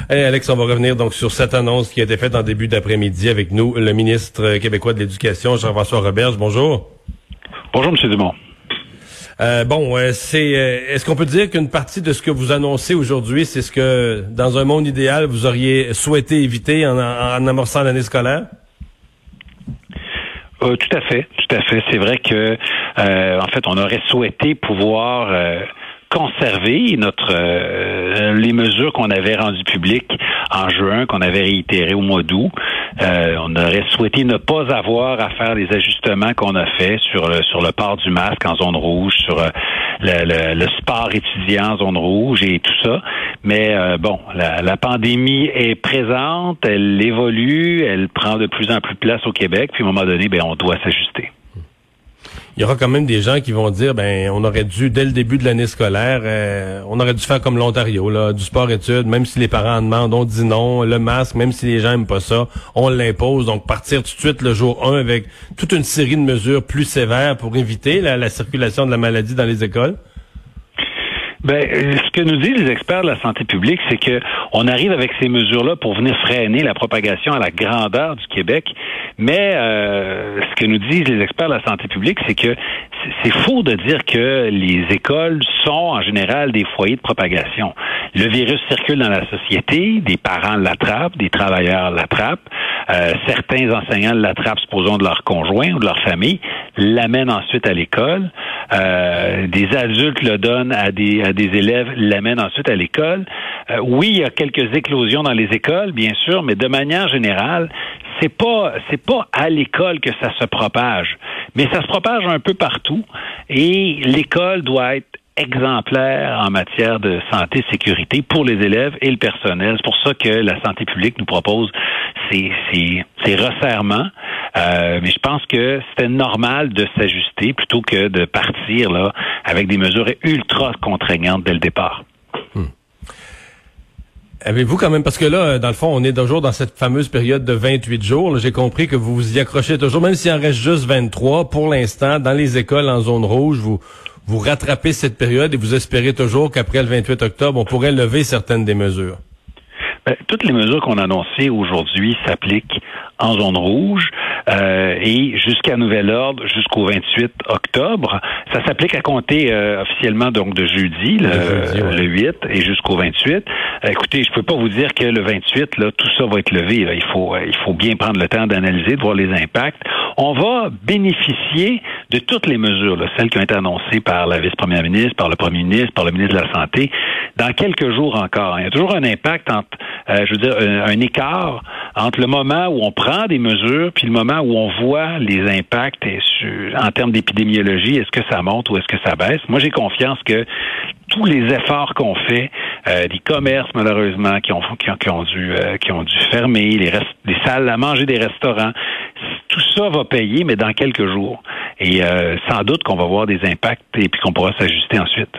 Hey Alex, on va revenir donc sur cette annonce qui a été faite en début d'après-midi avec nous, le ministre québécois de l'Éducation, Jean-François Roberge. Bonjour. Bonjour, M. Dumont. Est-ce qu'on peut dire qu'une partie de ce que vous annoncez aujourd'hui, c'est ce que, dans un monde idéal, vous auriez souhaité éviter en amorçant l'année scolaire? Tout à fait. C'est vrai que, en fait, on aurait souhaité pouvoir conserver les mesures qu'on avait rendues publiques en juin, qu'on avait réitérées au mois d'août. On aurait souhaité ne pas avoir à faire les ajustements qu'on a fait sur le port du masque en zone rouge, sur le sport étudiant en zone rouge et tout ça. Mais la pandémie est présente, elle évolue, elle prend de plus en plus de place au Québec, puis à un moment donné, on doit s'ajuster. Il y aura quand même des gens qui vont dire, on aurait dû, dès le début de l'année scolaire, on aurait dû faire comme l'Ontario, là, du sport-études, même si les parents en demandent, on dit non, le masque, même si les gens aiment pas ça, on l'impose. Donc, partir tout de suite le jour 1 avec toute une série de mesures plus sévères pour éviter la circulation de la maladie dans les écoles. Ce que nous disent les experts de la santé publique, c'est que on arrive avec ces mesures-là pour venir freiner la propagation à la grandeur du Québec. Mais ce que nous disent les experts de la santé publique, c'est que c'est faux de dire que les écoles sont en général des foyers de propagation. Le virus circule dans la société, des parents l'attrapent, des travailleurs l'attrapent, certains enseignants l'attrapent, supposons, de leur conjoint ou de leur famille, l'amènent ensuite à l'école, des adultes le donnent à des élèves, l'amènent ensuite à l'école. Oui, il y a quelques éclosions dans les écoles, bien sûr, mais de manière générale, c'est pas à l'école que ça se propage, mais ça se propage un peu partout et l'école doit être exemplaire en matière de santé et sécurité pour les élèves et le personnel. C'est pour ça que la santé publique nous propose ces resserrements. Mais je pense que c'était normal de s'ajuster plutôt que de partir là avec des mesures ultra contraignantes dès le départ. Avez-vous quand même, parce que là, dans le fond, on est toujours dans cette fameuse période de 28 jours. Là, j'ai compris que vous vous y accrochez toujours, même s'il en reste juste 23. Pour l'instant, dans les écoles en zone rouge, vous rattrapez cette période et vous espérez toujours qu'après le 28 octobre, on pourrait lever certaines des mesures. Toutes les mesures qu'on a annoncées aujourd'hui s'appliquent en zone rouge et jusqu'à nouvel ordre, jusqu'au 28 octobre. Ça s'applique à compter officiellement donc de jeudi, le 8 et jusqu'au 28. Écoutez, je peux pas vous dire que le 28, là, tout ça va être levé. Là. Il faut bien prendre le temps d'analyser, de voir les impacts. On va bénéficier de toutes les mesures, là, celles qui ont été annoncées par la vice-première ministre, par le premier ministre, par le ministre de la Santé, dans quelques jours encore. Il y a toujours un impact entre, un écart entre le moment où on prend des mesures puis le moment où on voit les impacts en termes d'épidémiologie, est-ce que ça monte ou est-ce que ça baisse? Moi, j'ai confiance que tous les efforts qu'on fait, des commerces malheureusement qui ont dû fermer, les salles à manger des restaurants, tout ça va payer, mais dans quelques jours. Et sans doute qu'on va voir des impacts et puis qu'on pourra s'ajuster ensuite.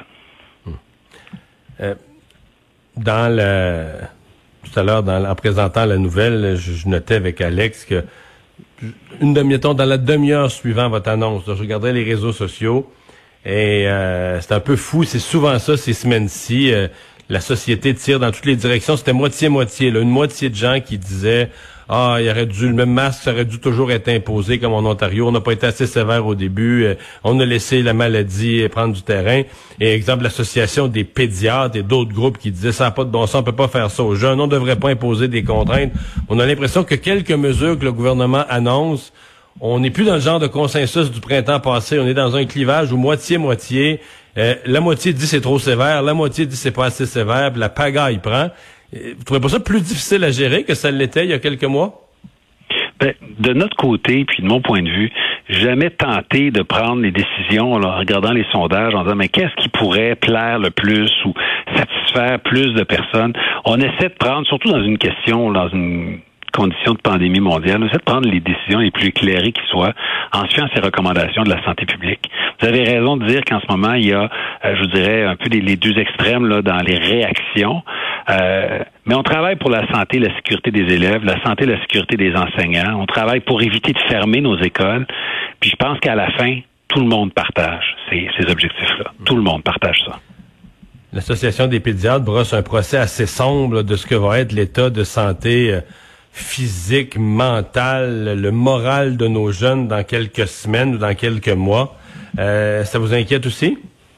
Tout à l'heure, en présentant la nouvelle, je notais avec Alex que dans la demi-heure suivant votre annonce, je regardais les réseaux sociaux et c'est un peu fou. C'est souvent ça ces semaines-ci. La société tire dans toutes les directions. C'était moitié-moitié. Une moitié de gens qui disaient le même masque, ça aurait dû toujours être imposé comme en Ontario. On n'a pas été assez sévère au début. On a laissé la maladie prendre du terrain. Et exemple, l'association des pédiatres et d'autres groupes qui disaient ça n'a pas de bon sens, on peut pas faire ça aux jeunes, on ne devrait pas imposer des contraintes. On a l'impression que quelques mesures que le gouvernement annonce, on n'est plus dans le genre de consensus du printemps passé. On est dans un clivage où moitié-moitié. La moitié dit c'est trop sévère, la moitié dit c'est pas assez sévère, puis la pagaille prend. Vous trouvez pas ça plus difficile à gérer que ça l'était il y a quelques mois? De notre côté, puis de mon point de vue, jamais tenté de prendre les décisions en regardant les sondages, en disant mais qu'est-ce qui pourrait plaire le plus ou satisfaire plus de personnes. On essaie de prendre, surtout dans une condition de pandémie mondiale, on essaie de prendre les décisions les plus éclairées qui soient en suivant ces recommandations de la santé publique. Vous avez raison de dire qu'en ce moment, il y a, je dirais, un peu les deux extrêmes là dans les réactions. Mais on travaille pour la santé et la sécurité des élèves, la santé et la sécurité des enseignants. On travaille pour éviter de fermer nos écoles. Puis je pense qu'à la fin, tout le monde partage ces objectifs-là. Tout le monde partage ça. l'Association des pédiatres brosse un procès assez sombre là, de ce que va être l'état de santé physique, mental, le moral de nos jeunes dans quelques semaines ou dans quelques mois. Ça vous inquiète aussi?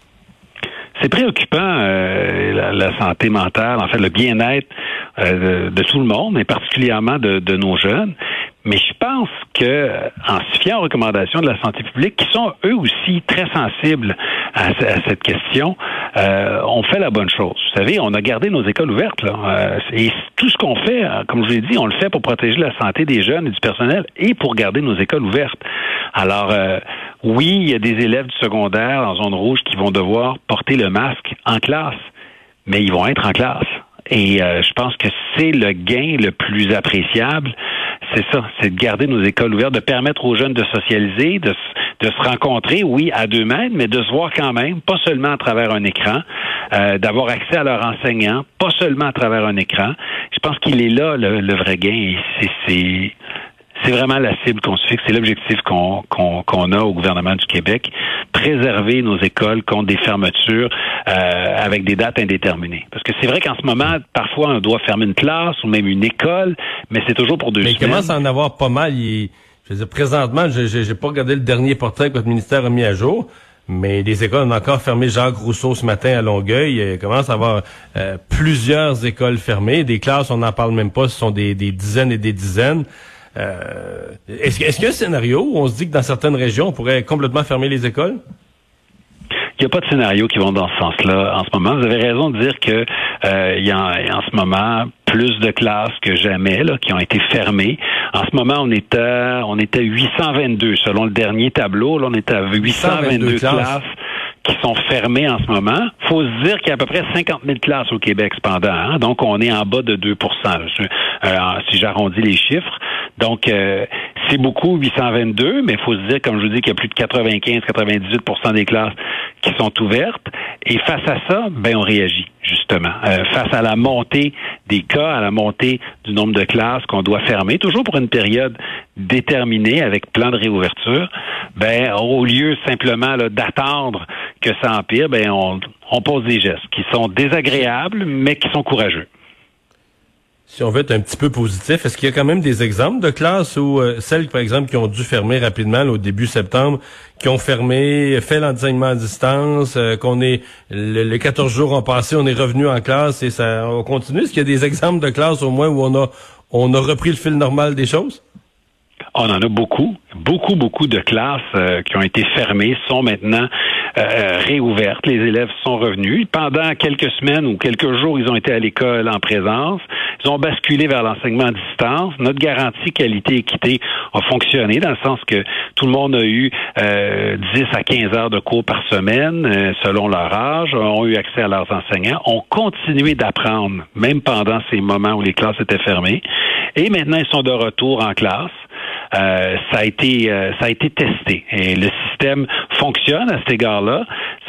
C'est préoccupant, la santé mentale, en fait, le bien-être de tout le monde, mais particulièrement de nos jeunes. Mais je pense que, en se fiant aux recommandations de la santé publique, qui sont eux aussi très sensibles à cette question, on fait la bonne chose. Vous savez, on a gardé nos écoles ouvertes, là. Et tout ce qu'on fait, comme je vous l'ai dit, on le fait pour protéger la santé des jeunes et du personnel et pour garder nos écoles ouvertes. Alors, oui, il y a des élèves du secondaire en zone rouge qui vont devoir porter le masque en classe, mais ils vont être en classe. Et je pense que c'est le gain le plus appréciable. C'est ça, c'est de garder nos écoles ouvertes, de permettre aux jeunes de socialiser, de se rencontrer, oui, à 2 mètres, mais de se voir quand même, pas seulement à travers un écran, d'avoir accès à leurs enseignants, pas seulement à travers un écran. Je pense qu'il est là le vrai gain. Et c'est vraiment la cible qu'on se fixe, c'est l'objectif qu'on a au gouvernement du Québec, préserver nos écoles contre des fermetures avec des dates indéterminées. Parce que c'est vrai qu'en ce moment, parfois, on doit fermer une classe ou même une école, mais c'est toujours pour 2 semaines. Mais il commence à en avoir pas mal. Je veux dire, présentement, j'ai pas regardé le dernier portrait que votre ministère a mis à jour, mais les écoles ont encore fermé Jacques Rousseau ce matin à Longueuil. Il commence à avoir plusieurs écoles fermées. Des classes, on n'en parle même pas, ce sont des dizaines et des dizaines. Est-ce qu'il y a un scénario où on se dit que dans certaines régions, on pourrait complètement fermer les écoles? Il n'y a pas de scénario qui vont dans ce sens-là en ce moment. Vous avez raison de dire que il y a en ce moment plus de classes que jamais là, qui ont été fermées. En ce moment, on est à 822 selon le dernier tableau. Là, on est à 822 classes qui sont fermées en ce moment. Faut se dire qu'il y a à peu près 50 000 classes au Québec cependant. Hein? Donc, on est en bas de 2 si j'arrondis les chiffres. Donc, c'est beaucoup, 822, mais il faut se dire, comme je vous dis, qu'il y a plus de 95-98% des classes qui sont ouvertes. Et face à ça, on réagit, justement. Face à la montée des cas, à la montée du nombre de classes qu'on doit fermer, toujours pour une période déterminée avec plan de réouverture, au lieu simplement là, d'attendre que ça empire, on pose des gestes qui sont désagréables, mais qui sont courageux. Si on veut être un petit peu positif, est-ce qu'il y a quand même des exemples de classes où celles, par exemple, qui ont dû fermer rapidement là, au début septembre, qui ont fermé, fait l'enseignement à distance, qu'on est les 14 jours ont passé, on est revenu en classe et ça on continue? Est-ce qu'il y a des exemples de classes au moins où on a repris le fil normal des choses? On en a beaucoup de classes qui ont été fermées, sont maintenant réouvertes. Les élèves sont revenus. Pendant quelques semaines ou quelques jours, ils ont été à l'école en présence. Ils ont basculé vers l'enseignement à distance. Notre garantie qualité-équité a fonctionné dans le sens que tout le monde a eu 10 à 15 heures de cours par semaine, selon leur âge, ont eu accès à leurs enseignants, ont continué d'apprendre, même pendant ces moments où les classes étaient fermées. Et maintenant, ils sont de retour en classe. Ça a été testé et le système fonctionne à cet égard-là.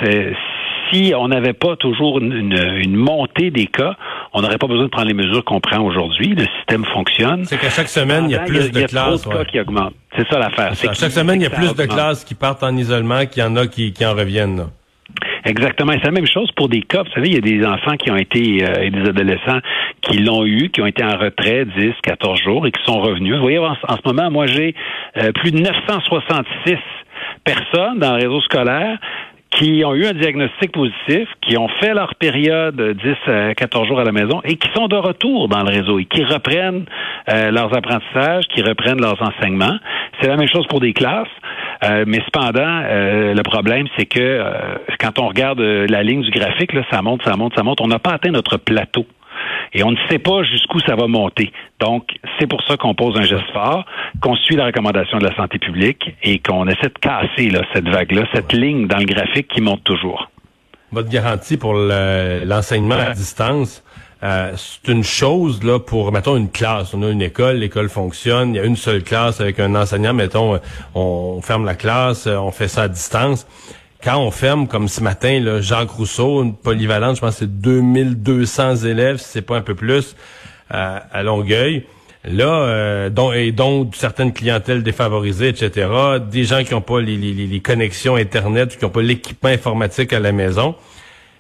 Si on n'avait pas toujours une montée des cas, on n'aurait pas besoin de prendre les mesures qu'on prend aujourd'hui. Le système fonctionne. C'est qu'à chaque semaine, il y a plus de classes. Il y a trop de cas qui augmentent. C'est ça l'affaire. Chaque semaine, il y a plus de classes qui partent en isolement qu'il y en a qui en reviennent. Là. Exactement. Et c'est la même chose pour des cas. Vous savez, il y a des enfants qui ont été, et des adolescents qui l'ont eu, qui ont été en retrait 10, 14 jours et qui sont revenus. Vous voyez, en ce moment, moi, j'ai plus de 966 personnes dans le réseau scolaire qui ont eu un diagnostic positif, qui ont fait leur période 10 à 14 jours à la maison et qui sont de retour dans le réseau et qui reprennent leurs apprentissages, qui reprennent leurs enseignements. C'est la même chose pour des classes. Mais cependant, le problème, c'est que quand on regarde la ligne du graphique, là, ça monte. On n'a pas atteint notre plateau. Et on ne sait pas jusqu'où ça va monter. Donc, c'est pour ça qu'on pose un geste fort, qu'on suit la recommandation de la santé publique et qu'on essaie de casser là, cette vague-là, cette ligne dans le graphique qui monte toujours. Votre garantie pour l'enseignement à distance, c'est une chose là pour, mettons, une classe. On a une école, l'école fonctionne, il y a une seule classe avec un enseignant, mettons, on ferme la classe, on fait ça à distance. Quand on ferme, comme ce matin, là, Jacques Rousseau, une polyvalente, je pense que c'est 2200 élèves, si c'est pas un peu plus, à Longueuil. Là, dont certaines clientèles défavorisées, etc., des gens qui n'ont pas les connexions Internet, qui n'ont pas l'équipement informatique à la maison.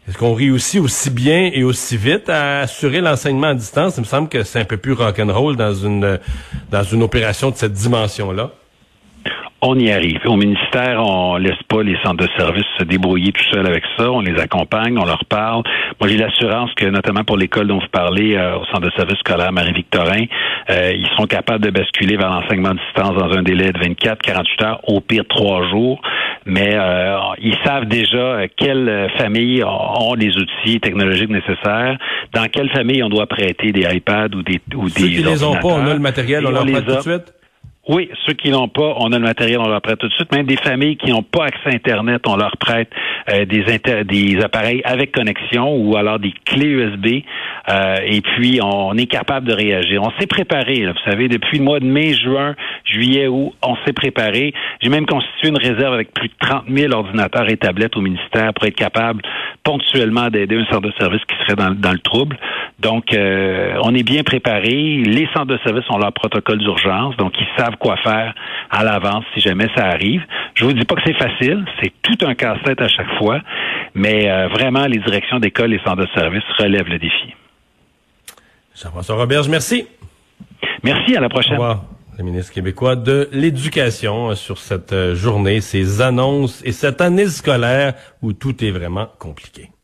Est-ce qu'on réussit aussi bien et aussi vite à assurer l'enseignement à distance? Il me semble que c'est un peu plus rock'n'roll dans une opération de cette dimension-là. On y arrive. Au ministère, on laisse pas les centres de services se débrouiller tout seuls avec ça. On les accompagne, on leur parle. Moi, j'ai l'assurance que, notamment pour l'école dont vous parlez, au centre de services scolaire Marie-Victorin, ils seront capables de basculer vers l'enseignement à distance dans un délai de 24, 48 heures, au pire 3 jours. Mais ils savent déjà quelles familles ont les outils technologiques nécessaires, dans quelle famille on doit prêter des iPads ou des Ceux qui les ont pas, on a le matériel, on leur prête tout de suite? Oui, ceux qui l'ont pas, on a le matériel, on leur prête tout de suite. Même des familles qui n'ont pas accès à Internet, on leur prête des appareils avec connexion ou alors des clés USB. Et puis, on est capable de réagir. On s'est préparé, là, vous savez, depuis le mois de mai, juin, juillet, août, on s'est préparé. J'ai même constitué une réserve avec plus de 30 000 ordinateurs et tablettes au ministère pour être capable ponctuellement d'aider un centre de service qui serait dans le trouble. Donc, on est bien préparé. Les centres de service ont leur protocole d'urgence, donc ils savent quoi faire à l'avance si jamais ça arrive. Je vous dis pas que c'est facile, c'est tout un casse-tête à chaque fois, mais vraiment, les directions d'école et centres de service relèvent le défi. Jean-François Roberge, merci. Merci, à la prochaine. Au revoir. Le ministre québécois de l'Éducation sur cette journée, ces annonces et cette année scolaire où tout est vraiment compliqué.